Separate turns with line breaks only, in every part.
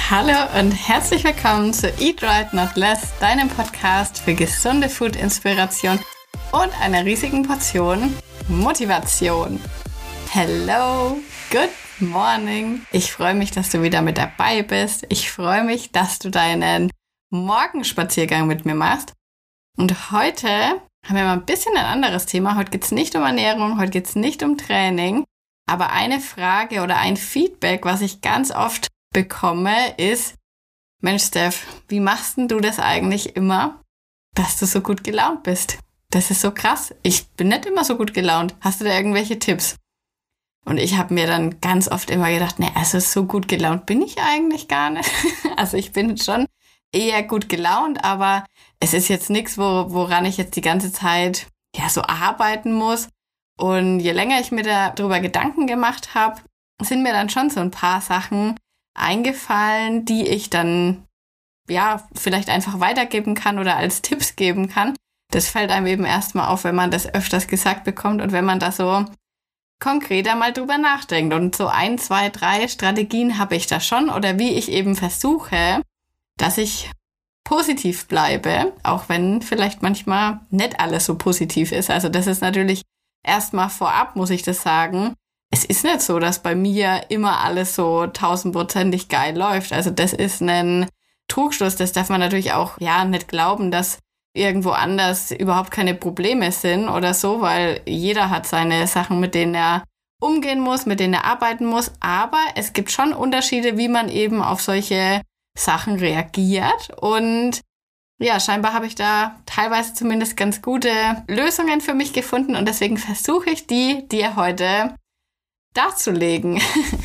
Hallo und herzlich willkommen zu Eat Right Not Less, deinem Podcast für gesunde Food-Inspiration und einer riesigen Portion Motivation. Hello, good morning. Ich freue mich, dass du wieder mit dabei bist. Ich freue mich, dass du deinen Morgenspaziergang mit mir machst. Und heute haben wir mal ein bisschen ein anderes Thema. Heute geht es nicht um Ernährung, heute geht es nicht um Training. Aber eine Frage oder ein Feedback, was ich ganz oft bekomme, ist: Mensch, Steph, wie machst denn du das eigentlich immer, dass du so gut gelaunt bist? Das ist so krass. Ich bin nicht immer so gut gelaunt. Hast du da irgendwelche Tipps? Und ich habe mir dann ganz oft immer gedacht, also so gut gelaunt bin ich eigentlich gar nicht. Also ich bin schon eher gut gelaunt, aber es ist jetzt nichts, woran ich jetzt die ganze Zeit so arbeiten muss. Und je länger ich mir darüber Gedanken gemacht habe, sind mir dann schon so ein paar Sachen eingefallen, die ich dann vielleicht einfach weitergeben kann oder als Tipps geben kann. Das fällt einem eben erstmal auf, wenn man das öfters gesagt bekommt und wenn man da so konkreter mal drüber nachdenkt. Und so 1, 2, 3 Strategien habe ich da schon, oder wie ich eben versuche, dass ich positiv bleibe, auch wenn vielleicht manchmal nicht alles so positiv ist. Also das ist natürlich erstmal vorab, muss ich das sagen. Es ist nicht so, dass bei mir immer alles so 1000%ig geil läuft. Also das ist ein Trugschluss. Das darf man natürlich auch nicht glauben, dass irgendwo anders überhaupt keine Probleme sind oder so, weil jeder hat seine Sachen, mit denen er umgehen muss, mit denen er arbeiten muss. Aber es gibt schon Unterschiede, wie man eben auf solche Sachen reagiert. Und scheinbar habe ich da teilweise zumindest ganz gute Lösungen für mich gefunden. Und deswegen versuche ich die dir heute darzulegen.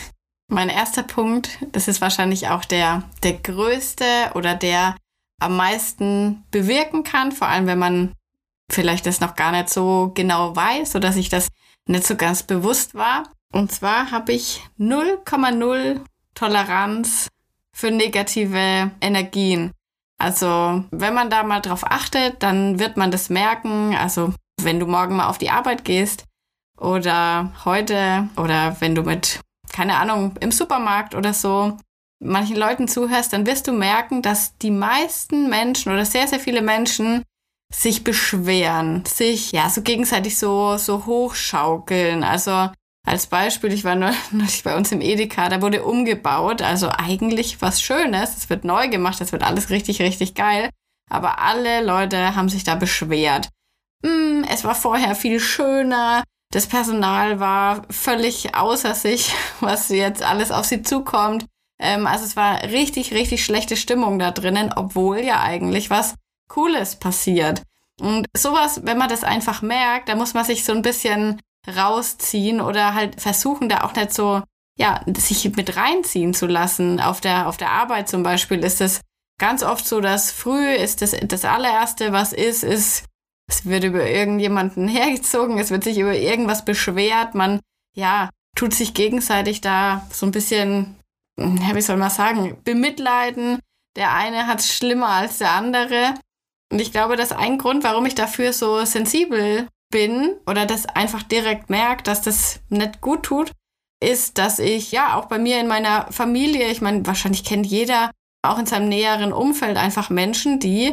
Mein erster Punkt, das ist wahrscheinlich auch der größte oder der am meisten bewirken kann, vor allem wenn man vielleicht das noch gar nicht so genau weiß oder sich das nicht so ganz bewusst war. Und zwar habe ich 0,0 Toleranz für negative Energien. Also wenn man da mal drauf achtet, dann wird man das merken. Also wenn du morgen mal auf die Arbeit gehst, oder heute, oder wenn du im Supermarkt oder so manchen Leuten zuhörst, dann wirst du merken, dass die meisten Menschen oder sehr, sehr viele Menschen sich beschweren, sich so gegenseitig so hochschaukeln. Also als Beispiel, ich war neulich bei uns im Edeka, da wurde umgebaut, also eigentlich was Schönes, es wird neu gemacht, es wird alles richtig, richtig geil, aber alle Leute haben sich da beschwert. Es war vorher viel schöner, das Personal war völlig außer sich, was jetzt alles auf sie zukommt. Also es war richtig, richtig schlechte Stimmung da drinnen, obwohl ja eigentlich was Cooles passiert. Und sowas, wenn man das einfach merkt, da muss man sich so ein bisschen rausziehen oder halt versuchen, da auch nicht so, sich mit reinziehen zu lassen. Auf der Arbeit zum Beispiel ist es ganz oft so, dass früh ist das allererste, was ist, es wird über irgendjemanden hergezogen, es wird sich über irgendwas beschwert, man, tut sich gegenseitig da so ein bisschen, wie soll man sagen, bemitleiden. Der eine hat es schlimmer als der andere. Und ich glaube, dass ein Grund, warum ich dafür so sensibel bin oder das einfach direkt merke, dass das nicht gut tut, ist, dass ich auch bei mir in meiner Familie, ich meine, wahrscheinlich kennt jeder auch in seinem näheren Umfeld einfach Menschen, die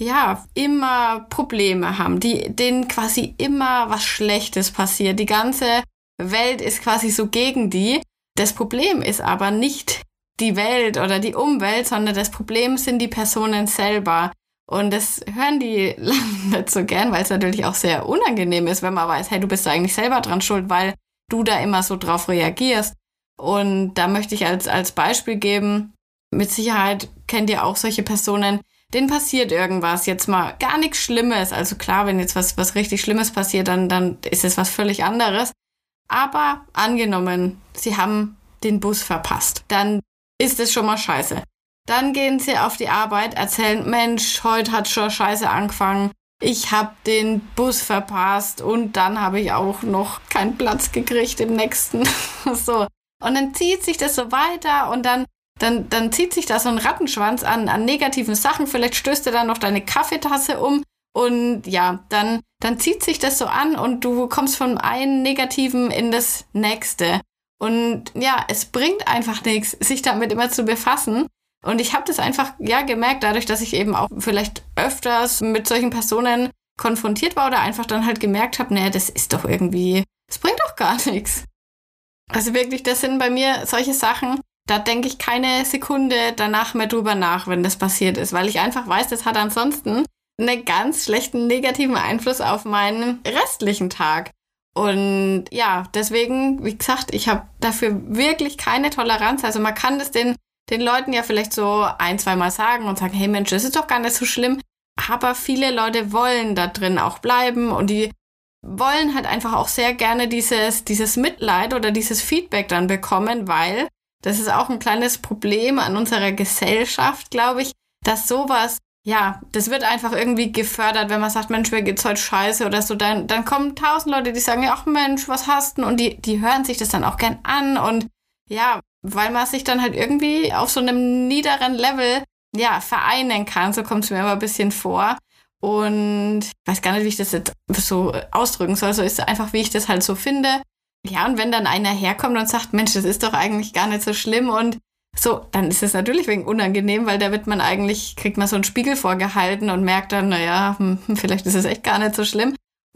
immer Probleme haben, denen quasi immer was Schlechtes passiert. Die ganze Welt ist quasi so gegen die. Das Problem ist aber nicht die Welt oder die Umwelt, sondern das Problem sind die Personen selber. Und das hören die nicht so gern, weil es natürlich auch sehr unangenehm ist, wenn man weiß, hey, du bist da eigentlich selber dran schuld, weil du da immer so drauf reagierst. Und da möchte ich als Beispiel geben, mit Sicherheit kennt ihr auch solche Personen, denen passiert irgendwas, jetzt mal gar nichts Schlimmes. Also klar, wenn jetzt was richtig Schlimmes passiert, dann ist es was völlig anderes. Aber angenommen, sie haben den Bus verpasst, dann ist es schon mal scheiße. Dann gehen sie auf die Arbeit, erzählen, Mensch, heute hat schon scheiße angefangen. Ich habe den Bus verpasst und dann habe ich auch noch keinen Platz gekriegt im nächsten. So. Und dann zieht sich das so weiter und dann zieht sich da so ein Rattenschwanz an negativen Sachen. Vielleicht stößt dir dann noch deine Kaffeetasse um und dann zieht sich das so an und du kommst von einem Negativen in das nächste. Und es bringt einfach nichts, sich damit immer zu befassen, Und ich habe das einfach, gemerkt, dadurch, dass ich eben auch vielleicht öfters mit solchen Personen konfrontiert war oder einfach dann halt gemerkt habe, naja, das ist doch irgendwie, das bringt doch gar nichts. Also wirklich, das sind bei mir solche Sachen, da denke ich keine Sekunde danach mehr drüber nach, wenn das passiert ist, weil ich einfach weiß, das hat ansonsten einen ganz schlechten negativen Einfluss auf meinen restlichen Tag. Und ja, deswegen, wie gesagt, ich habe dafür wirklich keine Toleranz. Also man kann das den Leuten ja vielleicht so 1-2 Mal sagen und sagen, hey Mensch, das ist doch gar nicht so schlimm. Aber viele Leute wollen da drin auch bleiben und die wollen halt einfach auch sehr gerne dieses Mitleid oder dieses Feedback dann bekommen, weil das ist auch ein kleines Problem an unserer Gesellschaft, glaube ich, dass sowas, das wird einfach irgendwie gefördert, wenn man sagt, Mensch, mir geht's heute scheiße oder so, dann kommen 1000 Leute, die sagen, ja, ach Mensch, was hast du? Und die hören sich das dann auch gern an und ja, weil man sich dann halt irgendwie auf so einem niederen Level, vereinen kann, so kommt es mir immer ein bisschen vor. Und ich weiß gar nicht, wie ich das jetzt so ausdrücken soll, so ist es einfach, wie ich das halt so finde. Ja, und wenn dann einer herkommt und sagt, Mensch, das ist doch eigentlich gar nicht so schlimm und so, dann ist es natürlich wegen unangenehm, weil da kriegt man so einen Spiegel vorgehalten und merkt dann, naja, vielleicht ist es echt gar nicht so schlimm.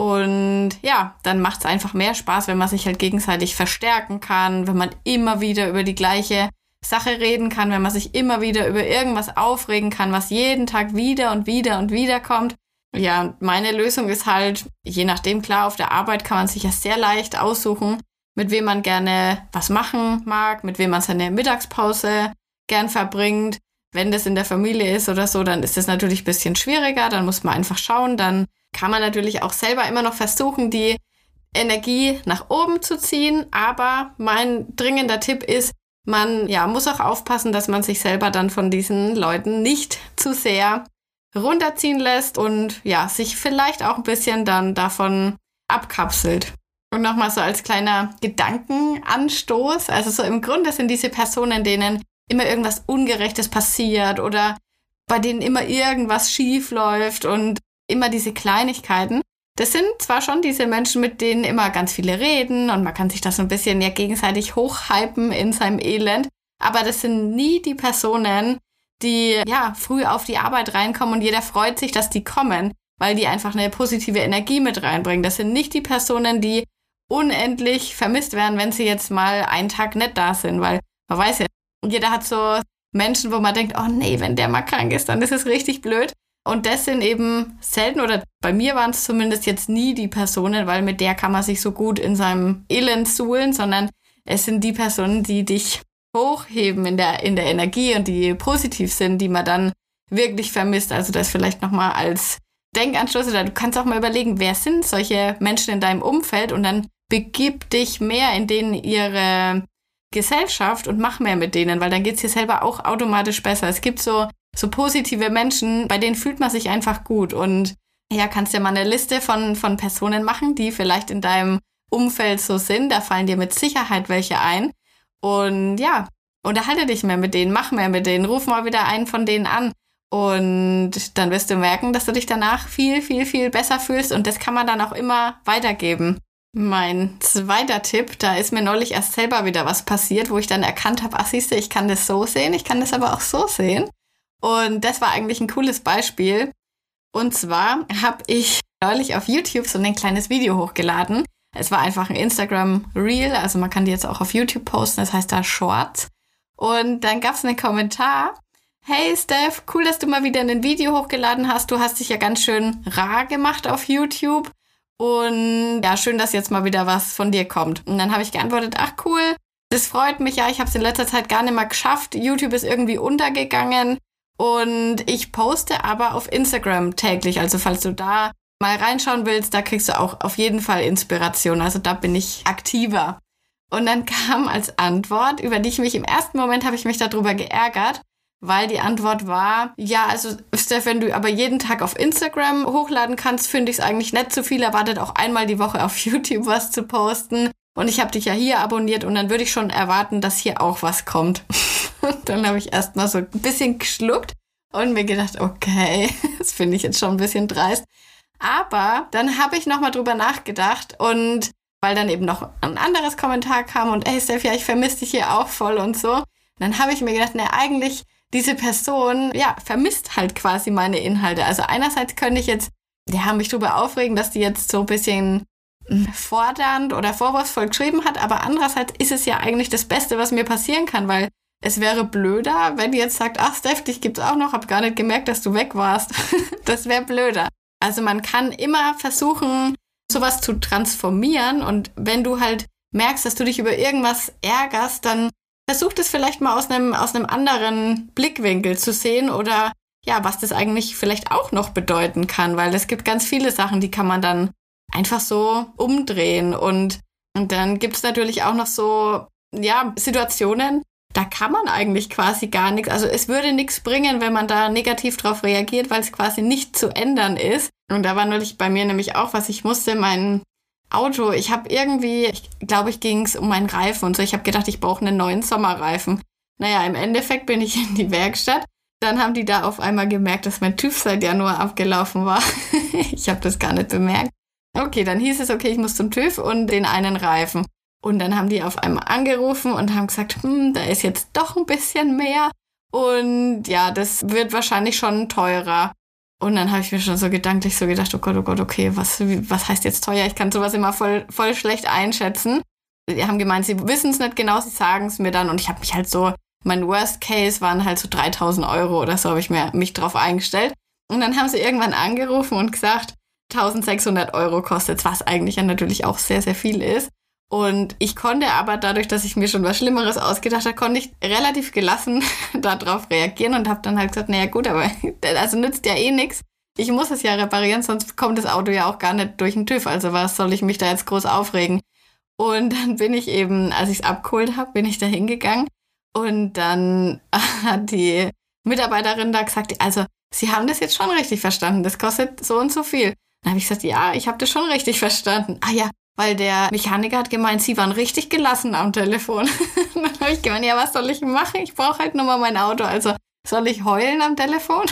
Und ja, dann macht es einfach mehr Spaß, wenn man sich halt gegenseitig verstärken kann, wenn man immer wieder über die gleiche Sache reden kann, wenn man sich immer wieder über irgendwas aufregen kann, was jeden Tag wieder und wieder und wieder kommt. Ja, und meine Lösung ist halt, je nachdem, klar, auf der Arbeit kann man sich ja sehr leicht aussuchen, mit wem man gerne was machen mag, mit wem man seine Mittagspause gern verbringt. Wenn das in der Familie ist oder so, dann ist das natürlich ein bisschen schwieriger, dann muss man einfach schauen, dann kann man natürlich auch selber immer noch versuchen, die Energie nach oben zu ziehen, aber mein dringender Tipp ist, man muss auch aufpassen, dass man sich selber dann von diesen Leuten nicht zu sehr runterziehen lässt und sich vielleicht auch ein bisschen dann davon abkapselt. Und nochmal so als kleiner Gedankenanstoß, also so im Grunde sind diese Personen, denen immer irgendwas Ungerechtes passiert oder bei denen immer irgendwas schief läuft und immer diese Kleinigkeiten. Das sind zwar schon diese Menschen, mit denen immer ganz viele reden und man kann sich das so ein bisschen gegenseitig hochhypen in seinem Elend, aber das sind nie die Personen, die früh auf die Arbeit reinkommen und jeder freut sich, dass die kommen, weil die einfach eine positive Energie mit reinbringen. Das sind nicht die Personen, die unendlich vermisst werden, wenn sie jetzt mal einen Tag nicht da sind, weil man weiß ja, jeder hat so Menschen, wo man denkt, oh nee, wenn der mal krank ist, dann ist es richtig blöd. Und das sind eben selten, oder bei mir waren es zumindest jetzt nie die Personen, weil mit der kann man sich so gut in seinem Elend suhlen, sondern es sind die Personen, die dich hochheben in der Energie und die positiv sind, die man dann wirklich vermisst. Also das vielleicht nochmal als Denkanstoß, oder du kannst auch mal überlegen, wer sind solche Menschen in deinem Umfeld und dann begib dich mehr in denen ihre Gesellschaft und mach mehr mit denen, weil dann geht's dir selber auch automatisch besser. Es gibt so positive Menschen, bei denen fühlt man sich einfach gut und kannst ja mal eine Liste von Personen machen, die vielleicht in deinem Umfeld so sind, da fallen dir mit Sicherheit welche ein und unterhalte dich mehr mit denen, mach mehr mit denen, ruf mal wieder einen von denen an und dann wirst du merken, dass du dich danach viel, viel, viel besser fühlst und das kann man dann auch immer weitergeben. Mein zweiter Tipp, da ist mir neulich erst selber wieder was passiert, wo ich dann erkannt habe, ach siehste, ich kann das so sehen, ich kann das aber auch so sehen. Und das war eigentlich ein cooles Beispiel. Und zwar habe ich neulich auf YouTube so ein kleines Video hochgeladen. Es war einfach ein Instagram-Reel, also man kann die jetzt auch auf YouTube posten, das heißt da Shorts. Und dann gab es einen Kommentar. Hey Steph, cool, dass du mal wieder ein Video hochgeladen hast. Du hast dich ja ganz schön rar gemacht auf YouTube. Und schön, dass jetzt mal wieder was von dir kommt. Und dann habe ich geantwortet, ach cool, das freut mich ja. Ich habe es in letzter Zeit gar nicht mehr geschafft. YouTube ist irgendwie untergegangen. Und ich poste aber auf Instagram täglich. Also falls du da mal reinschauen willst, da kriegst du auch auf jeden Fall Inspiration. Also da bin ich aktiver. Und dann kam als Antwort, über die ich mich im ersten Moment habe ich mich darüber geärgert, weil die Antwort war, also Steph, wenn du aber jeden Tag auf Instagram hochladen kannst, finde ich es eigentlich nicht zu viel erwartet, auch einmal die Woche auf YouTube was zu posten. Und ich habe dich ja hier abonniert und dann würde ich schon erwarten, dass hier auch was kommt. Und dann habe ich erst mal so ein bisschen geschluckt und mir gedacht, okay, das finde ich jetzt schon ein bisschen dreist. Aber dann habe ich nochmal drüber nachgedacht und weil dann eben noch ein anderes Kommentar kam und hey Steph, ich vermisse dich hier auch voll und so. Dann habe ich mir gedacht, eigentlich diese Person, ja, vermisst halt quasi meine Inhalte. Also einerseits könnte ich jetzt, mich darüber aufregen, dass die jetzt so ein bisschen fordernd oder vorwurfsvoll geschrieben hat, aber andererseits ist es ja eigentlich das Beste, was mir passieren kann, weil es wäre blöder, wenn die jetzt sagt, ach Steph, dich gibt's auch noch, hab gar nicht gemerkt, dass du weg warst. Das wäre blöder. Also man kann immer versuchen, sowas zu transformieren, und wenn du halt merkst, dass du dich über irgendwas ärgerst, dann versuch das vielleicht mal aus einem anderen Blickwinkel zu sehen, oder ja, was das eigentlich vielleicht auch noch bedeuten kann, weil es gibt ganz viele Sachen, die kann man dann einfach so umdrehen, und dann gibt es natürlich auch noch so, ja, Situationen, da kann man eigentlich quasi gar nichts, also es würde nichts bringen, wenn man da negativ drauf reagiert, weil es quasi nicht zu ändern ist. Und da war neulich bei mir nämlich auch was, ich musste mein Auto, ich glaube, ging es um meinen Reifen und so, ich habe gedacht, ich brauche einen neuen Sommerreifen. Naja, im Endeffekt bin ich in die Werkstatt, dann haben die da auf einmal gemerkt, dass mein TÜV seit Januar abgelaufen war. Ich habe das gar nicht bemerkt. Okay, dann hieß es, okay, ich muss zum TÜV und den einen Reifen. Und dann haben die auf einmal angerufen und haben gesagt, da ist jetzt doch ein bisschen mehr. Und ja, das wird wahrscheinlich schon teurer. Und dann habe ich mir schon so gedanklich so gedacht, oh Gott, okay, was heißt jetzt teuer? Ich kann sowas immer voll schlecht einschätzen. Die haben gemeint, sie wissen es nicht genau, sie sagen es mir dann. Und ich habe mich halt so, mein Worst Case waren halt so 3.000 Euro oder so, habe ich mich drauf eingestellt. Und dann haben sie irgendwann angerufen und gesagt, 1.600 Euro kostet, was eigentlich ja natürlich auch sehr, sehr viel ist. Und ich konnte aber dadurch, dass ich mir schon was Schlimmeres ausgedacht habe, konnte ich relativ gelassen darauf reagieren und habe dann halt gesagt, naja gut, aber also nützt ja eh nichts. Ich muss es ja reparieren, sonst kommt das Auto ja auch gar nicht durch den TÜV. Also was soll ich mich da jetzt groß aufregen? Und dann bin ich eben, als ich es abgeholt habe, bin ich da hingegangen. Und dann hat die Mitarbeiterin da gesagt, also Sie haben das jetzt schon richtig verstanden, das kostet so und so viel. Dann habe ich gesagt, ja, ich habe das schon richtig verstanden. Ah ja, weil der Mechaniker hat gemeint, Sie waren richtig gelassen am Telefon. Dann habe ich gemeint, ja, was soll ich machen? Ich brauche halt nur mal mein Auto. Also soll ich heulen am Telefon?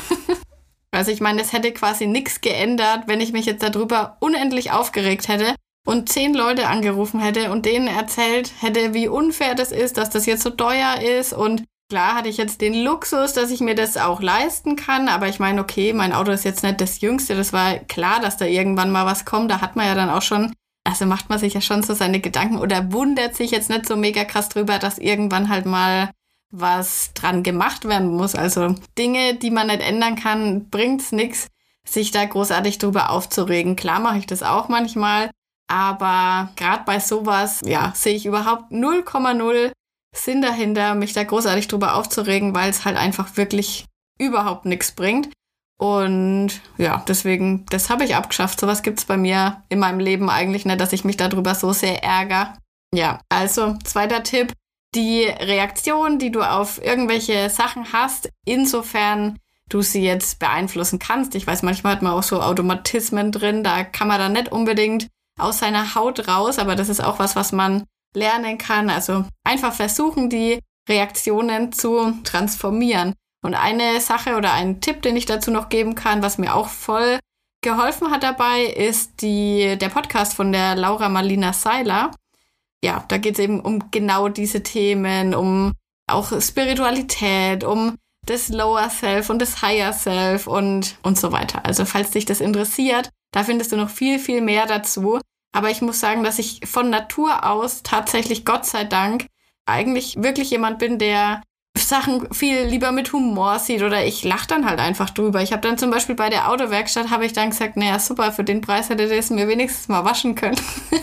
Also ich meine, es hätte quasi nichts geändert, wenn ich mich jetzt darüber unendlich aufgeregt hätte und 10 Leute angerufen hätte und denen erzählt hätte, wie unfair das ist, dass das jetzt so teuer ist. Und klar hatte ich jetzt den Luxus, dass ich mir das auch leisten kann. Aber ich meine, okay, mein Auto ist jetzt nicht das Jüngste. Das war klar, dass da irgendwann mal was kommt. Da hat man ja dann auch schon, also macht man sich ja schon so seine Gedanken oder wundert sich jetzt nicht so mega krass drüber, dass irgendwann halt mal was dran gemacht werden muss. Also Dinge, die man nicht ändern kann, bringt's nichts, sich da großartig drüber aufzuregen. Klar mache ich das auch manchmal, aber gerade bei sowas, ja, sehe ich überhaupt 0,0 Sinn dahinter, mich da großartig drüber aufzuregen, weil es halt einfach wirklich überhaupt nichts bringt. Und ja, deswegen, das habe ich abgeschafft. Sowas gibt's bei mir in meinem Leben eigentlich nicht, dass ich mich darüber so sehr ärgere. Ja, also zweiter Tipp, die Reaktion, die du auf irgendwelche Sachen hast, insofern du sie jetzt beeinflussen kannst. Ich weiß, manchmal hat man auch so Automatismen drin, da kann man dann nicht unbedingt aus seiner Haut raus, aber das ist auch was man lernen kann. Also einfach versuchen, die Reaktionen zu transformieren. Und eine Sache oder ein Tipp, den ich dazu noch geben kann, was mir auch voll geholfen hat dabei, ist der Podcast von der Laura Marlina Seiler. Ja, da geht es eben um genau diese Themen, um auch Spiritualität, um das Lower Self und das Higher Self und so weiter. Also falls dich das interessiert, da findest du noch viel, viel mehr dazu. Aber ich muss sagen, dass ich von Natur aus tatsächlich, Gott sei Dank, eigentlich wirklich jemand bin, der Sachen viel lieber mit Humor sieht, oder ich lache dann halt einfach drüber. Ich habe dann zum Beispiel bei der Autowerkstatt, habe ich dann gesagt, naja super, für den Preis hätte das mir wenigstens mal waschen können.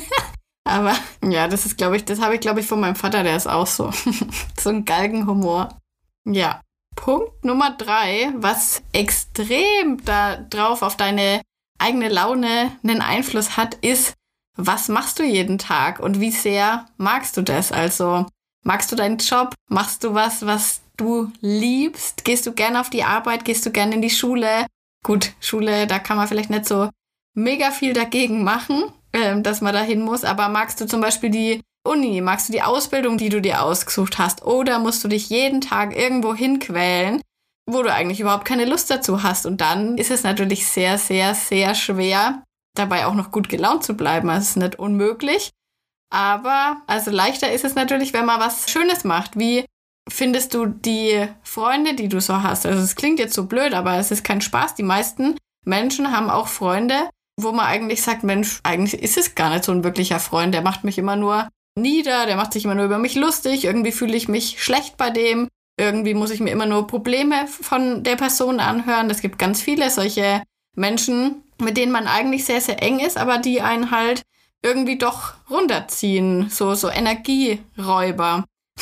Aber ja, das habe ich, glaube ich, von meinem Vater, der ist auch so. So ein Galgenhumor. Ja. Punkt Nummer 3, was extrem da drauf auf deine eigene Laune einen Einfluss hat, ist, was machst du jeden Tag und wie sehr magst du das? Also magst du deinen Job? Machst du was du liebst? Gehst du gerne auf die Arbeit? Gehst du gerne in die Schule? Gut, Schule, da kann man vielleicht nicht so mega viel dagegen machen, dass man da hin muss. Aber magst du zum Beispiel die Uni? Magst du die Ausbildung, die du dir ausgesucht hast? Oder musst du dich jeden Tag irgendwo hinquälen, wo du eigentlich überhaupt keine Lust dazu hast? Und dann ist es natürlich sehr, sehr, sehr schwer, dabei auch noch gut gelaunt zu bleiben. Also es ist nicht unmöglich. Aber also leichter ist es natürlich, wenn man was Schönes macht, wie findest du die Freunde, die du so hast? Also es klingt jetzt so blöd, aber es ist kein Spaß. Die meisten Menschen haben auch Freunde, wo man eigentlich sagt, Mensch, eigentlich ist es gar nicht so ein wirklicher Freund. Der macht mich immer nur nieder, der macht sich immer nur über mich lustig. Irgendwie fühle ich mich schlecht bei dem. Irgendwie muss ich mir immer nur Probleme von der Person anhören. Es gibt ganz viele solche Menschen, mit denen man eigentlich sehr, sehr eng ist, aber die einen halt irgendwie doch runterziehen. So Energieräuber.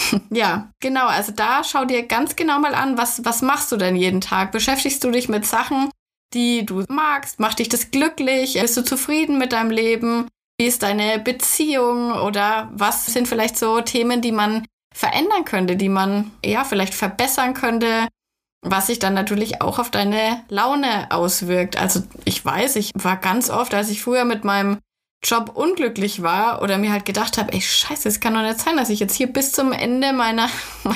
Ja, genau. Also da schau dir ganz genau mal an, was machst du denn jeden Tag? Beschäftigst du dich mit Sachen, die du magst? Macht dich das glücklich? Bist du zufrieden mit deinem Leben? Wie ist deine Beziehung? Oder was sind vielleicht so Themen, die man verändern könnte, die man ja vielleicht verbessern könnte, was sich dann natürlich auch auf deine Laune auswirkt. Also ich weiß, ich war ganz oft, als ich früher mit meinem Job unglücklich war oder mir halt gedacht habe, ey Scheiße, es kann doch nicht sein, dass ich jetzt hier bis zum Ende meiner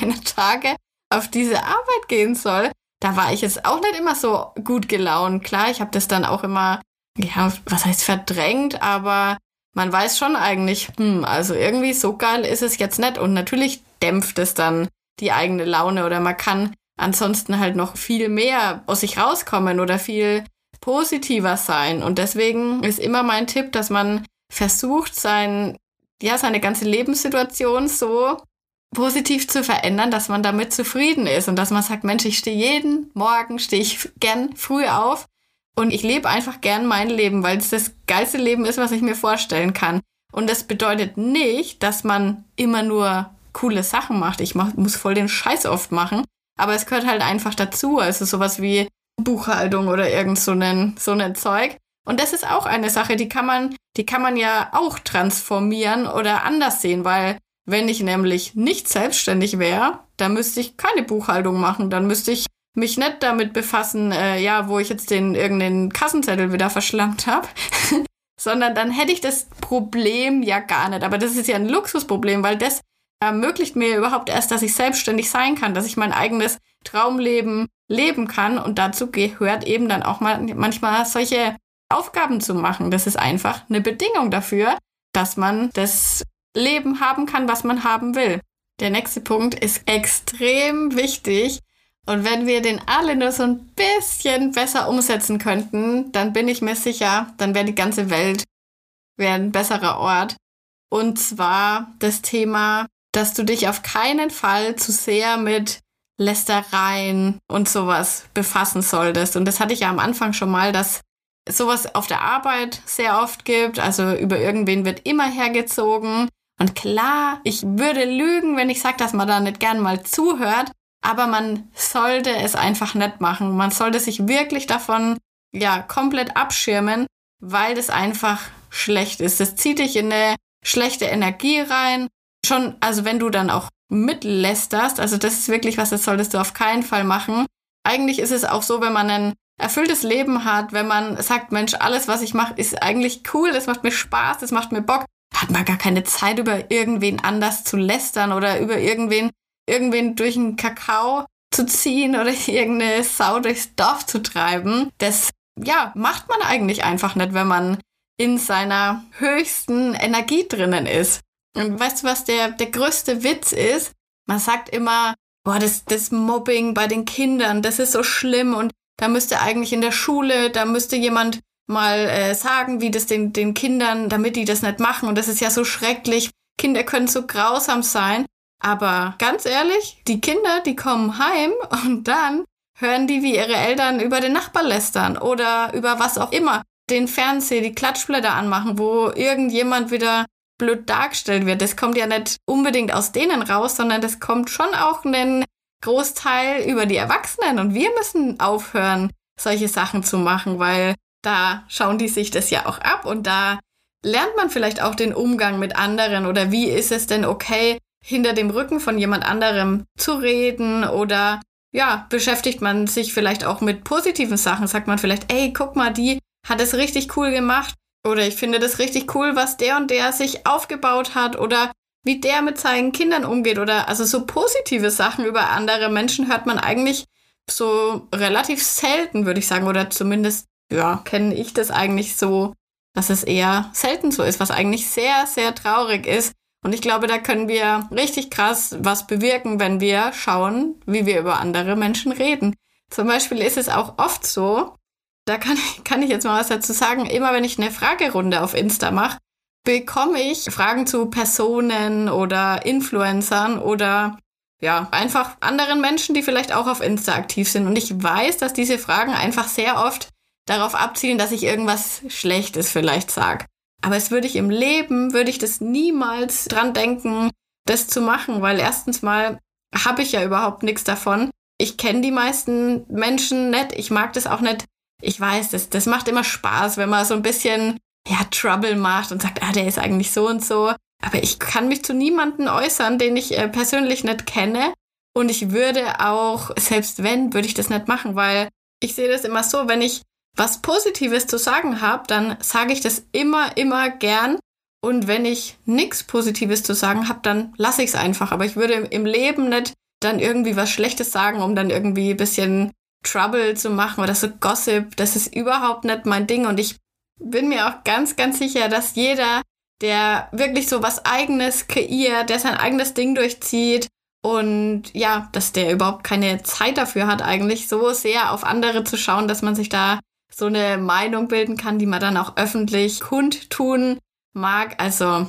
Tage auf diese Arbeit gehen soll. Da war ich jetzt auch nicht immer so gut gelaunt. Klar, ich habe das dann auch immer, ja, was heißt verdrängt, aber man weiß schon eigentlich, also irgendwie so geil ist es jetzt nicht. Und natürlich dämpft es dann die eigene Laune oder man kann ansonsten halt noch viel mehr aus sich rauskommen oder viel positiver sein. Und deswegen ist immer mein Tipp, dass man versucht, seine ganze Lebenssituation so positiv zu verändern, dass man damit zufrieden ist und dass man sagt, Mensch, jeden Morgen stehe ich gern früh auf und ich lebe einfach gern mein Leben, weil es das geilste Leben ist, was ich mir vorstellen kann. Und das bedeutet nicht, dass man immer nur coole Sachen macht. Ich muss voll den Scheiß oft machen, aber es gehört halt einfach dazu. Also sowas wie Buchhaltung oder irgend so ein Zeug. Und das ist auch eine Sache, die kann man ja auch transformieren oder anders sehen, weil wenn ich nämlich nicht selbstständig wäre, dann müsste ich keine Buchhaltung machen, dann müsste ich mich nicht damit befassen, wo ich jetzt irgendeinen Kassenzettel wieder verschlammt habe, sondern dann hätte ich das Problem ja gar nicht. Aber das ist ja ein Luxusproblem, weil das ermöglicht mir überhaupt erst, dass ich selbstständig sein kann, dass ich mein eigenes Traumleben leben kann. Und dazu gehört eben dann auch manchmal solche Aufgaben zu machen. Das ist einfach eine Bedingung dafür, dass man das Leben haben kann, was man haben will. Der nächste Punkt ist extrem wichtig. Und wenn wir den alle nur so ein bisschen besser umsetzen könnten, dann bin ich mir sicher, dann wäre die ganze Welt ein besserer Ort. Und zwar das Thema, dass du dich auf keinen Fall zu sehr mit Lästereien und sowas befassen solltest. Und das hatte ich ja am Anfang schon mal, dass sowas auf der Arbeit sehr oft gibt. Also über irgendwen wird immer hergezogen. Und klar, ich würde lügen, wenn ich sage, dass man da nicht gern mal zuhört. Aber man sollte es einfach nicht machen. Man sollte sich wirklich davon komplett abschirmen, weil das einfach schlecht ist. Das zieht dich in eine schlechte Energie rein. Schon, also wenn du dann auch mitlästerst, also das ist wirklich was, das solltest du auf keinen Fall machen. Eigentlich ist es auch so, wenn man ein erfülltes Leben hat, wenn man sagt, Mensch, alles, was ich mache, ist eigentlich cool, das macht mir Spaß, das macht mir Bock, hat man gar keine Zeit, über irgendwen anders zu lästern oder über irgendwen durch den Kakao zu ziehen oder irgendeine Sau durchs Dorf zu treiben. Das, macht man eigentlich einfach nicht, wenn man in seiner höchsten Energie drinnen ist. Und weißt du, was der größte Witz ist? Man sagt immer, das Mobbing bei den Kindern, das ist so schlimm und da müsste eigentlich in der Schule, da müsste jemand mal sagen, wie das den Kindern, damit die das nicht machen und das ist ja so schrecklich. Kinder können so grausam sein. Aber ganz ehrlich, die Kinder, die kommen heim und dann hören die, wie ihre Eltern über den Nachbar lästern oder über was auch immer. Den Fernseher, die Klatschblätter anmachen, wo irgendjemand wieder blöd dargestellt wird. Das kommt ja nicht unbedingt aus denen raus, sondern das kommt schon auch einen Großteil über die Erwachsenen. Und wir müssen aufhören, solche Sachen zu machen, weil da schauen die sich das ja auch ab und da lernt man vielleicht auch den Umgang mit anderen oder wie ist es denn okay, hinter dem Rücken von jemand anderem zu reden oder beschäftigt man sich vielleicht auch mit positiven Sachen, sagt man vielleicht, ey, guck mal, die hat es richtig cool gemacht oder ich finde das richtig cool, was der und der sich aufgebaut hat oder wie der mit seinen Kindern umgeht oder also so positive Sachen über andere Menschen hört man eigentlich so relativ selten, würde ich sagen, oder zumindest, kenne ich das eigentlich so, dass es eher selten so ist, was eigentlich sehr, sehr traurig ist. Und ich glaube, da können wir richtig krass was bewirken, wenn wir schauen, wie wir über andere Menschen reden. Zum Beispiel ist es auch oft so, da kann ich jetzt mal was dazu sagen, immer wenn ich eine Fragerunde auf Insta mache, bekomme ich Fragen zu Personen oder Influencern oder ja, einfach anderen Menschen, die vielleicht auch auf Insta aktiv sind. Und ich weiß, dass diese Fragen einfach sehr oft darauf abzielen, dass ich irgendwas Schlechtes vielleicht sage. Aber würde ich das niemals dran denken, das zu machen, weil erstens mal habe ich ja überhaupt nichts davon. Ich kenne die meisten Menschen nicht, ich mag das auch nicht. Ich weiß, das macht immer Spaß, wenn man so ein bisschen Trouble macht und sagt, der ist eigentlich so und so. Aber ich kann mich zu niemandem äußern, den ich persönlich nicht kenne. Und ich würde auch, selbst wenn, würde ich das nicht machen, weil ich sehe das immer so, wenn ich was Positives zu sagen habe, dann sage ich das immer gern. Und wenn ich nichts Positives zu sagen habe, dann lasse ich es einfach. Aber ich würde im Leben nicht dann irgendwie was Schlechtes sagen, um dann irgendwie ein bisschen Trouble zu machen oder so Gossip. Das ist überhaupt nicht mein Ding. Und ich bin mir auch ganz, ganz sicher, dass jeder, der wirklich so was Eigenes kreiert, der sein eigenes Ding durchzieht und ja, dass der überhaupt keine Zeit dafür hat, eigentlich so sehr auf andere zu schauen, dass man sich da so eine Meinung bilden kann, die man dann auch öffentlich kundtun mag. Also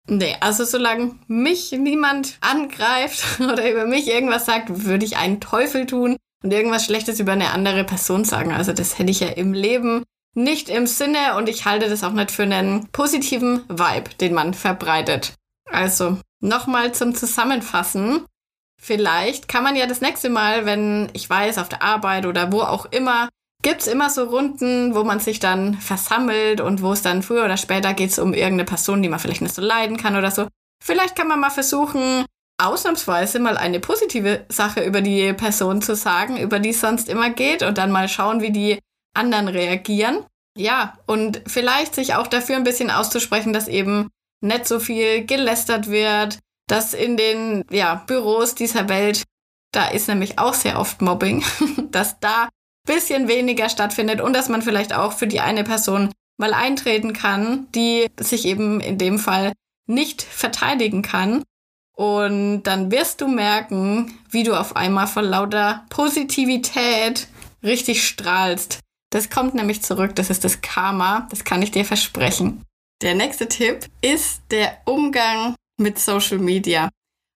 solange mich niemand angreift oder über mich irgendwas sagt, würde ich einen Teufel tun und irgendwas Schlechtes über eine andere Person sagen. Also das hätte ich ja im Leben nicht im Sinne und ich halte das auch nicht für einen positiven Vibe, den man verbreitet. Also nochmal zum Zusammenfassen. Vielleicht kann man ja das nächste Mal, wenn ich weiß, auf der Arbeit oder wo auch immer, gibt's immer so Runden, wo man sich dann versammelt und wo es dann früher oder später geht's um irgendeine Person, die man vielleicht nicht so leiden kann oder so. Vielleicht kann man mal versuchen, ausnahmsweise mal eine positive Sache über die Person zu sagen, über die es sonst immer geht und dann mal schauen, wie die anderen reagieren. Ja, und vielleicht sich auch dafür ein bisschen auszusprechen, dass eben nicht so viel gelästert wird, dass in den Büros dieser Welt, da ist nämlich auch sehr oft Mobbing, dass da ein bisschen weniger stattfindet und dass man vielleicht auch für die eine Person mal eintreten kann, die sich eben in dem Fall nicht verteidigen kann. Und dann wirst du merken, wie du auf einmal vor lauter Positivität richtig strahlst. Das kommt nämlich zurück, das ist das Karma, das kann ich dir versprechen. Der nächste Tipp ist der Umgang mit Social Media.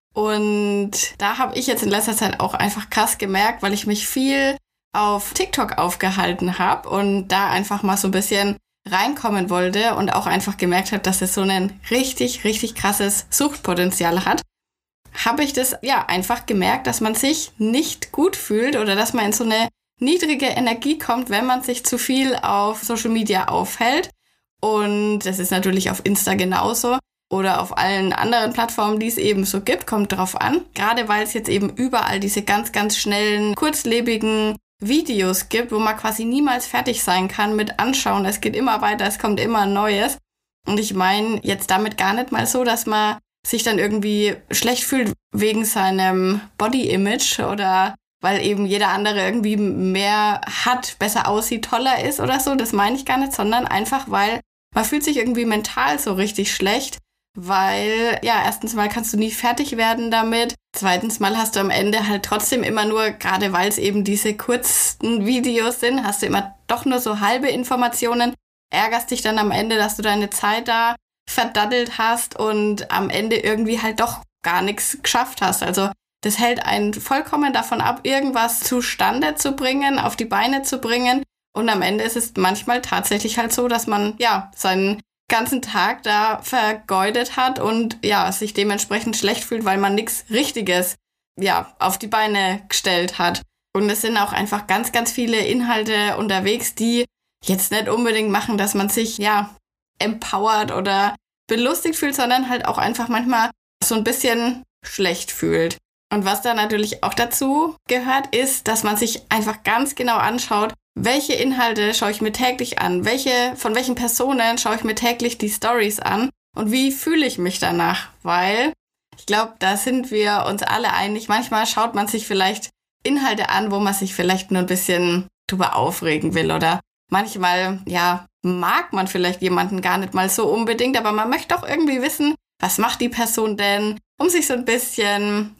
Und da habe ich jetzt in letzter Zeit auch einfach krass gemerkt, weil ich mich viel auf TikTok aufgehalten habe und da einfach mal so ein bisschen reinkommen wollte und auch einfach gemerkt habe, dass es so ein richtig, richtig krasses Suchtpotenzial hat, habe ich das einfach gemerkt, dass man sich nicht gut fühlt oder dass man in so eine niedrige Energie kommt, wenn man sich zu viel auf Social Media aufhält. Und das ist natürlich auf Insta genauso oder auf allen anderen Plattformen, die es eben so gibt, kommt drauf an. Gerade weil es jetzt eben überall diese ganz, ganz schnellen, kurzlebigen Videos gibt, wo man quasi niemals fertig sein kann mit Anschauen. Es geht immer weiter, es kommt immer Neues. Und ich meine jetzt damit gar nicht mal so, dass man sich dann irgendwie schlecht fühlt wegen seinem Body-Image oder weil eben jeder andere irgendwie mehr hat, besser aussieht, toller ist oder so. Das meine ich gar nicht, sondern einfach, weil man fühlt sich irgendwie mental so richtig schlecht, weil erstens mal kannst du nie fertig werden damit. Zweitens mal hast du am Ende halt trotzdem immer nur, gerade weil es eben diese kurzen Videos sind, hast du immer doch nur so halbe Informationen, ärgerst dich dann am Ende, dass du deine Zeit da verdaddelt hast und am Ende irgendwie halt doch gar nichts geschafft hast. Also das hält einen vollkommen davon ab, irgendwas zustande zu bringen, auf die Beine zu bringen. Und am Ende ist es manchmal tatsächlich halt so, dass man seinen ganzen Tag da vergeudet hat und sich dementsprechend schlecht fühlt, weil man nichts Richtiges auf die Beine gestellt hat. Und es sind auch einfach ganz, ganz viele Inhalte unterwegs, die jetzt nicht unbedingt machen, dass man sich empowert oder belustigt fühlt, sondern halt auch einfach manchmal so ein bisschen schlecht fühlt. Und was da natürlich auch dazu gehört, ist, dass man sich einfach ganz genau anschaut, welche Inhalte schaue ich mir täglich an, von welchen Personen schaue ich mir täglich die Stories an und wie fühle ich mich danach, weil ich glaube, da sind wir uns alle einig. Manchmal schaut man sich vielleicht Inhalte an, wo man sich vielleicht nur ein bisschen drüber aufregen will oder manchmal mag man vielleicht jemanden gar nicht mal so unbedingt, aber man möchte doch irgendwie wissen, was macht die Person denn, um sich so ein bisschen,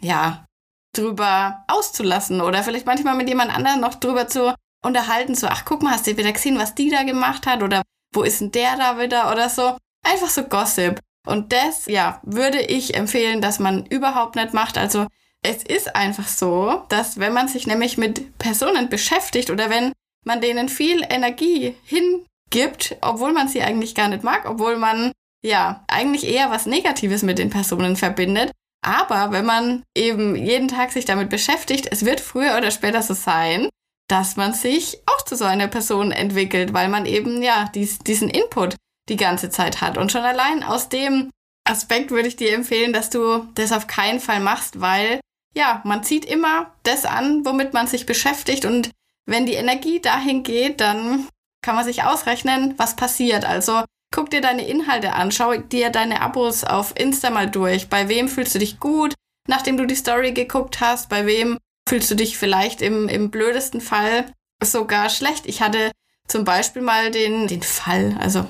drüber auszulassen oder vielleicht manchmal mit jemand anderem noch drüber zu unterhalten, so, ach, guck mal, hast du wieder gesehen, was die da gemacht hat oder wo ist denn der da wieder oder so. Einfach so Gossip. Und das, würde ich empfehlen, dass man überhaupt nicht macht. Also es ist einfach so, dass wenn man sich nämlich mit Personen beschäftigt oder wenn man denen viel Energie hingibt, obwohl man sie eigentlich gar nicht mag, obwohl man eigentlich eher was Negatives mit den Personen verbindet. Aber wenn man eben jeden Tag sich damit beschäftigt, es wird früher oder später so sein, dass man sich auch zu so einer Person entwickelt, weil man eben diesen Input die ganze Zeit hat. Und schon allein aus dem Aspekt würde ich dir empfehlen, dass du das auf keinen Fall machst, weil man zieht immer das an, womit man sich beschäftigt. Und wenn die Energie dahin geht, dann kann man sich ausrechnen, was passiert. Also guck dir deine Inhalte an, schau dir deine Abos auf Insta mal durch. Bei wem fühlst du dich gut, nachdem du die Story geguckt hast? Bei wem fühlst du dich vielleicht im blödesten Fall sogar schlecht? Ich hatte zum Beispiel mal den Fall, also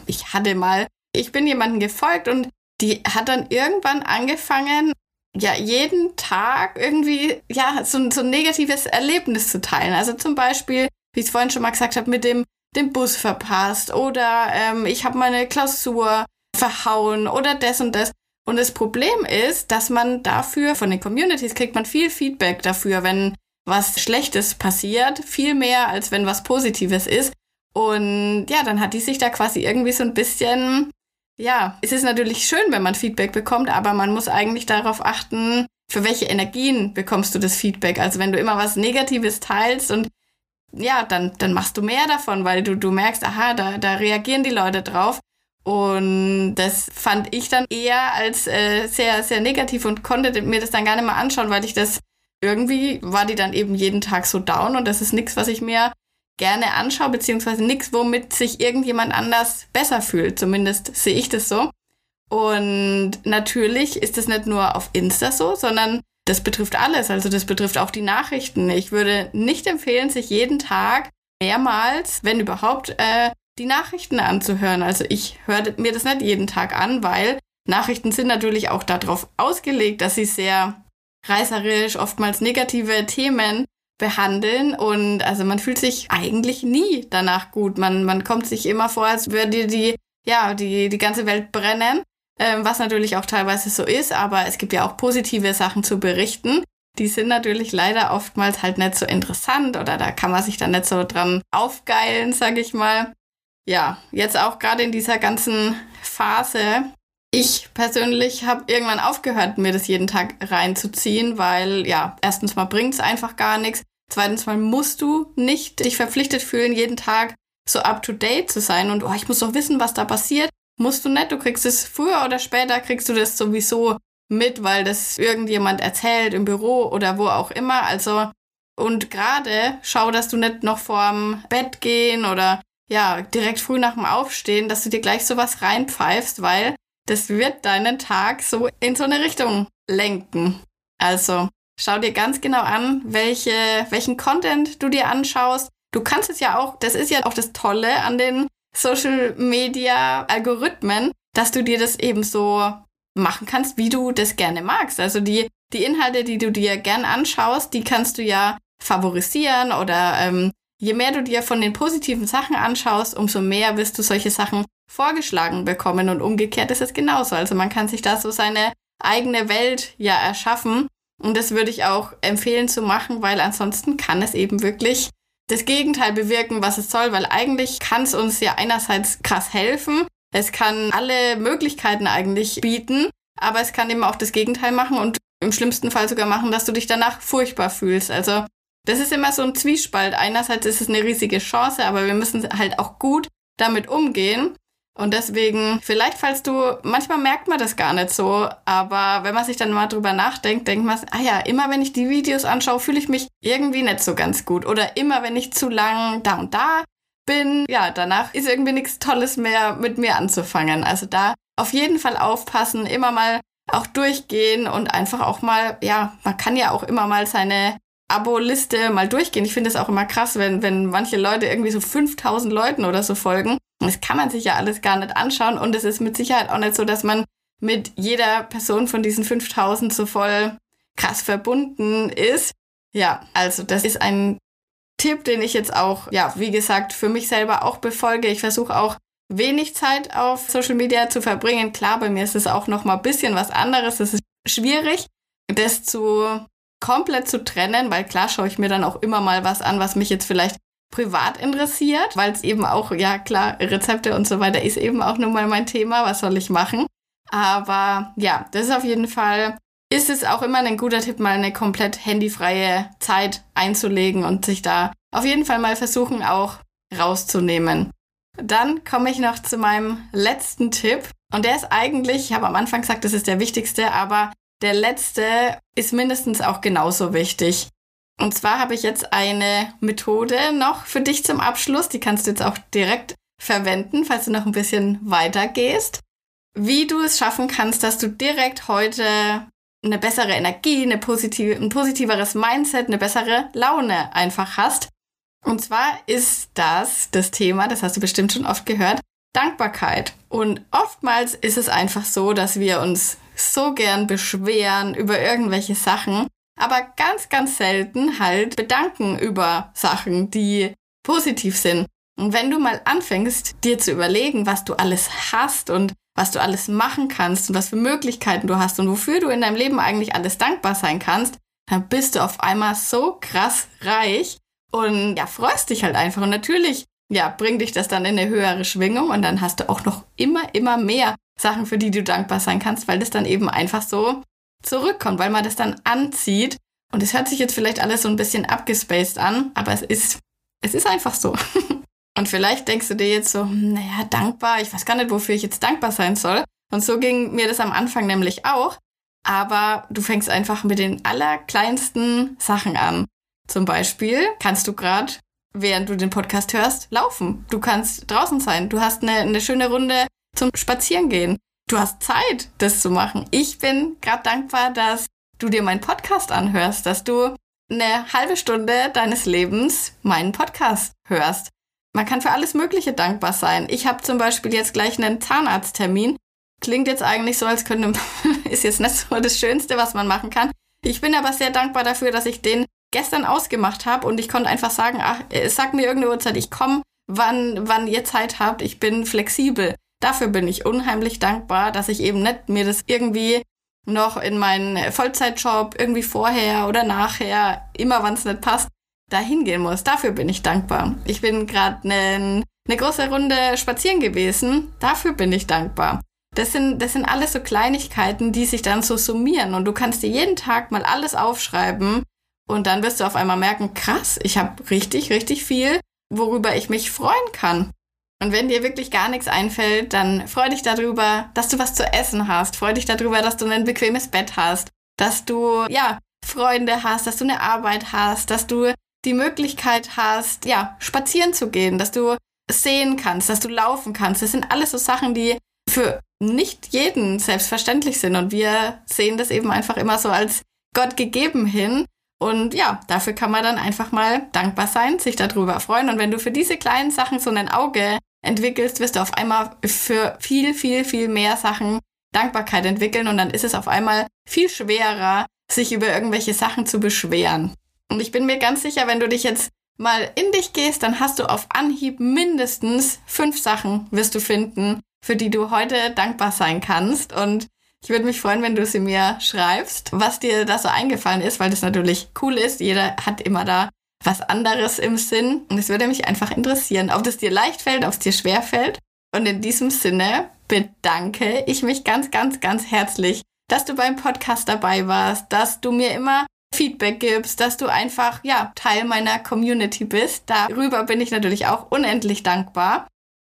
ich bin jemandem gefolgt und die hat dann irgendwann angefangen, jeden Tag irgendwie, so ein negatives Erlebnis zu teilen. Also zum Beispiel, wie ich es vorhin schon mal gesagt habe, mit dem Bus verpasst oder ich habe meine Klausur verhauen oder das und das. Und das Problem ist, dass man dafür, von den Communities kriegt man viel Feedback dafür, wenn was Schlechtes passiert, viel mehr als wenn was Positives ist. Und dann hat die sich da quasi irgendwie so ein bisschen, es ist natürlich schön, wenn man Feedback bekommt, aber man muss eigentlich darauf achten, für welche Energien bekommst du das Feedback. Also wenn du immer was Negatives teilst und dann machst du mehr davon, weil du merkst, aha, da reagieren die Leute drauf. Und das fand ich dann eher als sehr, sehr negativ und konnte mir das dann gar nicht mehr anschauen, weil irgendwie war die dann eben jeden Tag so down und das ist nichts, was ich mir gerne anschaue, beziehungsweise nichts, womit sich irgendjemand anders besser fühlt. Zumindest sehe ich das so. Und natürlich ist das nicht nur auf Insta so, sondern das betrifft alles. Also das betrifft auch die Nachrichten. Ich würde nicht empfehlen, sich jeden Tag mehrmals, wenn überhaupt, die Nachrichten anzuhören. Also ich höre mir das nicht jeden Tag an, weil Nachrichten sind natürlich auch darauf ausgelegt, dass sie sehr reißerisch, oftmals negative Themen behandeln und also man fühlt sich eigentlich nie danach gut. Man kommt sich immer vor, als würde die ganze Welt brennen, was natürlich auch teilweise so ist, aber es gibt ja auch positive Sachen zu berichten. Die sind natürlich leider oftmals halt nicht so interessant oder da kann man sich dann nicht so dran aufgeilen, sag ich mal. Ja, jetzt auch gerade in dieser ganzen Phase. Ich persönlich habe irgendwann aufgehört, mir das jeden Tag reinzuziehen, weil erstens mal bringt es einfach gar nichts. Zweitens mal musst du nicht dich verpflichtet fühlen, jeden Tag so up-to-date zu sein und ich muss doch wissen, was da passiert. Musst du nicht, du kriegst es früher oder später, kriegst du das sowieso mit, weil das irgendjemand erzählt im Büro oder wo auch immer. Also und gerade schau, dass du nicht noch vorm Bett gehen oder direkt früh nach dem Aufstehen, dass du dir gleich sowas reinpfeifst, weil das wird deinen Tag so in so eine Richtung lenken. Also schau dir ganz genau an, welchen Content du dir anschaust. Du kannst es ja auch, das ist ja auch das Tolle an den Social Media Algorithmen, dass du dir das eben so machen kannst, wie du das gerne magst. Also die Inhalte, die du dir gern anschaust, die kannst du ja favorisieren oder je mehr du dir von den positiven Sachen anschaust, umso mehr wirst du solche Sachen vorgeschlagen bekommen und umgekehrt ist es genauso. Also man kann sich da so seine eigene Welt erschaffen und das würde ich auch empfehlen zu machen, weil ansonsten kann es eben wirklich das Gegenteil bewirken, was es soll, weil eigentlich kann es uns ja einerseits krass helfen, es kann alle Möglichkeiten eigentlich bieten, aber es kann eben auch das Gegenteil machen und im schlimmsten Fall sogar machen, dass du dich danach furchtbar fühlst. Also das ist immer so ein Zwiespalt. Einerseits ist es eine riesige Chance, aber wir müssen halt auch gut damit umgehen. Und deswegen, manchmal merkt man das gar nicht so, aber wenn man sich dann mal drüber nachdenkt, denkt man, immer wenn ich die Videos anschaue, fühle ich mich irgendwie nicht so ganz gut. Oder immer wenn ich zu lang da und da bin, danach ist irgendwie nichts Tolles mehr mit mir anzufangen. Also da auf jeden Fall aufpassen, immer mal auch durchgehen und einfach auch mal, man kann ja auch immer mal seine Abo-Liste mal durchgehen. Ich finde es auch immer krass, wenn manche Leute irgendwie so 5000 Leuten oder so folgen. Das kann man sich ja alles gar nicht anschauen und es ist mit Sicherheit auch nicht so, dass man mit jeder Person von diesen 5000 so voll krass verbunden ist. Ja, also das ist ein Tipp, den ich jetzt auch, ja, wie gesagt, für mich selber auch befolge. Ich versuche auch wenig Zeit auf Social Media zu verbringen. Klar, bei mir ist es auch noch mal ein bisschen was anderes. Es ist schwierig, das komplett zu trennen, weil klar schaue ich mir dann auch immer mal was an, was mich jetzt vielleicht privat interessiert, weil es eben auch, ja klar, Rezepte und so weiter ist eben auch nun mal mein Thema. Was soll ich machen? Aber ja, das ist auf jeden Fall, ist es auch immer ein guter Tipp, mal eine komplett handyfreie Zeit einzulegen und sich da auf jeden Fall mal versuchen, auch rauszunehmen. Dann komme ich noch zu meinem letzten Tipp. Und der ist eigentlich, ich habe am Anfang gesagt, das ist der wichtigste, aber der letzte ist mindestens auch genauso wichtig. Und zwar habe ich jetzt eine Methode noch für dich zum Abschluss. Die kannst du jetzt auch direkt verwenden, falls du noch ein bisschen weiter gehst. Wie du es schaffen kannst, dass du direkt heute eine bessere Energie, ein positiveres Mindset, eine bessere Laune einfach hast. Und zwar ist das Thema, das hast du bestimmt schon oft gehört, Dankbarkeit. Und oftmals ist es einfach so, dass wir uns so gern beschweren über irgendwelche Sachen, aber ganz, ganz selten halt bedanken über Sachen, die positiv sind. Und wenn du mal anfängst, dir zu überlegen, was du alles hast und was du alles machen kannst und was für Möglichkeiten du hast und wofür du in deinem Leben eigentlich alles dankbar sein kannst, dann bist du auf einmal so krass reich und ja, freust dich halt einfach. Und natürlich, ja, bringt dich das dann in eine höhere Schwingung und dann hast du auch noch immer mehr Sachen, für die du dankbar sein kannst, weil das dann eben einfach so zurückkommt, weil man das dann anzieht. Und es hört sich jetzt vielleicht alles so ein bisschen abgespaced an, aber es ist einfach so. Und vielleicht denkst du dir jetzt so, naja, dankbar, ich weiß gar nicht, wofür ich jetzt dankbar sein soll. Und so ging mir das am Anfang nämlich auch. Aber du fängst einfach mit den allerkleinsten Sachen an. Zum Beispiel kannst du gerade, während du den Podcast hörst, laufen. Du kannst draußen sein. Du hast eine schöne Runde zum Spazierengehen. Du hast Zeit, das zu machen. Ich bin gerade dankbar, dass du dir meinen Podcast anhörst, dass du eine halbe Stunde deines Lebens meinen Podcast hörst. Man kann für alles Mögliche dankbar sein. Ich habe zum Beispiel jetzt gleich einen Zahnarzttermin. Klingt jetzt eigentlich so, als könnte, ist jetzt nicht so das Schönste, was man machen kann. Ich bin aber sehr dankbar dafür, dass ich den gestern ausgemacht habe und ich konnte einfach sagen, ach, sag mir irgendeine Uhrzeit, ich komme, wann ihr Zeit habt, ich bin flexibel. Dafür bin ich unheimlich dankbar, dass ich eben nicht mir das irgendwie noch in meinen Vollzeitjob irgendwie vorher oder nachher, immer wann es nicht passt, dahin gehen muss. Dafür bin ich dankbar. Ich bin gerade eine große Runde spazieren gewesen. Dafür bin ich dankbar. Das sind alles so Kleinigkeiten, die sich dann so summieren. Und du kannst dir jeden Tag mal alles aufschreiben und dann wirst du auf einmal merken, krass, ich habe richtig, richtig viel, worüber ich mich freuen kann. Und wenn dir wirklich gar nichts einfällt, dann freu dich darüber, dass du was zu essen hast. Freu dich darüber, dass du ein bequemes Bett hast. Dass du, ja, Freunde hast, dass du eine Arbeit hast, dass du die Möglichkeit hast, ja, spazieren zu gehen, dass du sehen kannst, dass du laufen kannst. Das sind alles so Sachen, die für nicht jeden selbstverständlich sind. Und wir sehen das eben einfach immer so als Gott gegeben hin. Und ja, dafür kann man dann einfach mal dankbar sein, sich darüber freuen. Und wenn du für diese kleinen Sachen so ein Auge entwickelst, wirst du auf einmal für viel, viel, viel mehr Sachen Dankbarkeit entwickeln. Und dann ist es auf einmal viel schwerer, sich über irgendwelche Sachen zu beschweren. Und ich bin mir ganz sicher, wenn du dich jetzt mal in dich gehst, dann hast du auf Anhieb mindestens 5 Sachen wirst du finden, für die du heute dankbar sein kannst. Und ich würde mich freuen, wenn du sie mir schreibst, was dir da so eingefallen ist, weil das natürlich cool ist. Jeder hat immer da was anderes im Sinn. Und es würde mich einfach interessieren, ob das dir leicht fällt, ob es dir schwer fällt. Und in diesem Sinne bedanke ich mich ganz, ganz, ganz herzlich, dass du beim Podcast dabei warst, dass du mir immer Feedback gibst, dass du einfach, ja, Teil meiner Community bist. Darüber bin ich natürlich auch unendlich dankbar.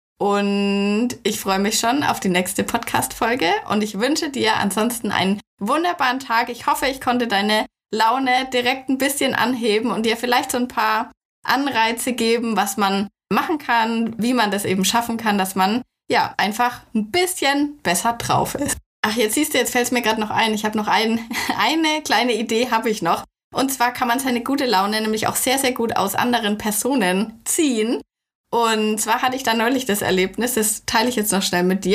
Und ich freue mich schon auf die nächste Podcast-Folge und ich wünsche dir ansonsten einen wunderbaren Tag. Ich hoffe, ich konnte deine Laune direkt ein bisschen anheben und dir vielleicht so ein paar Anreize geben, was man machen kann, wie man das eben schaffen kann, dass man ja einfach ein bisschen besser drauf ist. Ach, jetzt siehst du, jetzt fällt es mir gerade noch ein. Ich habe noch eine kleine Idee habe ich noch. Und zwar kann man seine gute Laune nämlich auch sehr, sehr gut aus anderen Personen ziehen. Und zwar hatte ich da neulich das Erlebnis, das teile ich jetzt noch schnell mit dir.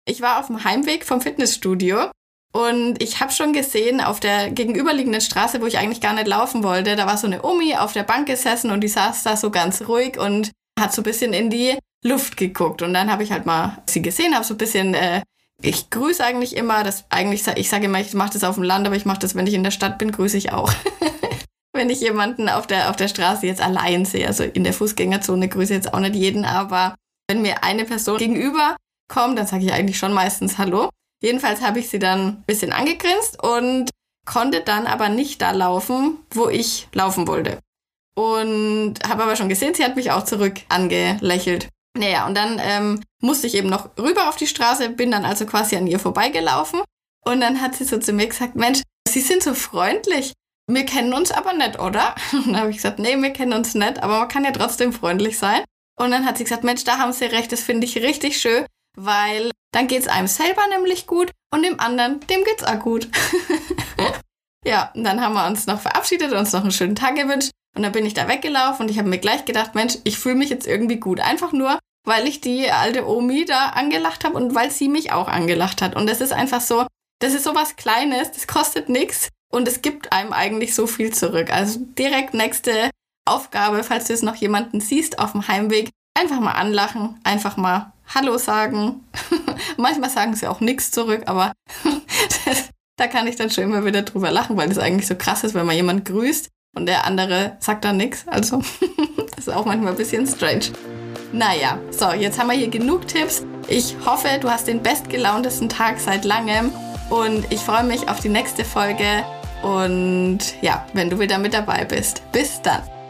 Ich war auf dem Heimweg vom Fitnessstudio und ich habe schon gesehen, auf der gegenüberliegenden Straße, wo ich eigentlich gar nicht laufen wollte, da war so eine Omi auf der Bank gesessen und die saß da so ganz ruhig und hat so ein bisschen in die Luft geguckt. Und dann habe ich halt mal sie gesehen, habe so ein bisschen, ich grüße eigentlich immer, ich sage immer, ich mache das auf dem Land, aber ich mache das, wenn ich in der Stadt bin, grüße ich auch. Wenn ich jemanden auf der Straße jetzt allein sehe, also in der Fußgängerzone grüße jetzt auch nicht jeden, aber wenn mir eine Person gegenüber kommt, dann sage ich eigentlich schon meistens Hallo. Jedenfalls habe ich sie dann ein bisschen angegrinst und konnte dann aber nicht da laufen, wo ich laufen wollte. Und habe aber schon gesehen, sie hat mich auch zurück angelächelt. Naja, und dann musste ich eben noch rüber auf die Straße, bin dann also quasi an ihr vorbeigelaufen. Und dann hat sie so zu mir gesagt, Mensch, Sie sind so freundlich. Wir kennen uns aber nicht, oder? Und dann habe ich gesagt, nee, wir kennen uns nicht, aber man kann ja trotzdem freundlich sein. Und dann hat sie gesagt, Mensch, da haben Sie recht, das finde ich richtig schön, weil dann geht's einem selber nämlich gut und dem anderen, dem geht's auch gut. Ja, und dann haben wir uns noch verabschiedet und uns noch einen schönen Tag gewünscht. Und dann bin ich da weggelaufen und ich habe mir gleich gedacht, Mensch, ich fühle mich jetzt irgendwie gut. Einfach nur, weil ich die alte Omi da angelacht habe und weil sie mich auch angelacht hat. Und das ist einfach so, das ist so was Kleines, das kostet nichts und es gibt einem eigentlich so viel zurück. Also direkt nächste Aufgabe, falls du jetzt noch jemanden siehst auf dem Heimweg, einfach mal anlachen, einfach mal Hallo sagen. Manchmal sagen sie auch nichts zurück, aber da kann ich dann schon immer wieder drüber lachen, weil das eigentlich so krass ist, wenn man jemanden grüßt und der andere sagt dann nichts. Also das ist auch manchmal ein bisschen strange. Naja, so, jetzt haben wir hier genug Tipps. Ich hoffe, du hast den bestgelauntesten Tag seit langem und ich freue mich auf die nächste Folge und ja, wenn du wieder mit dabei bist. Bis dann!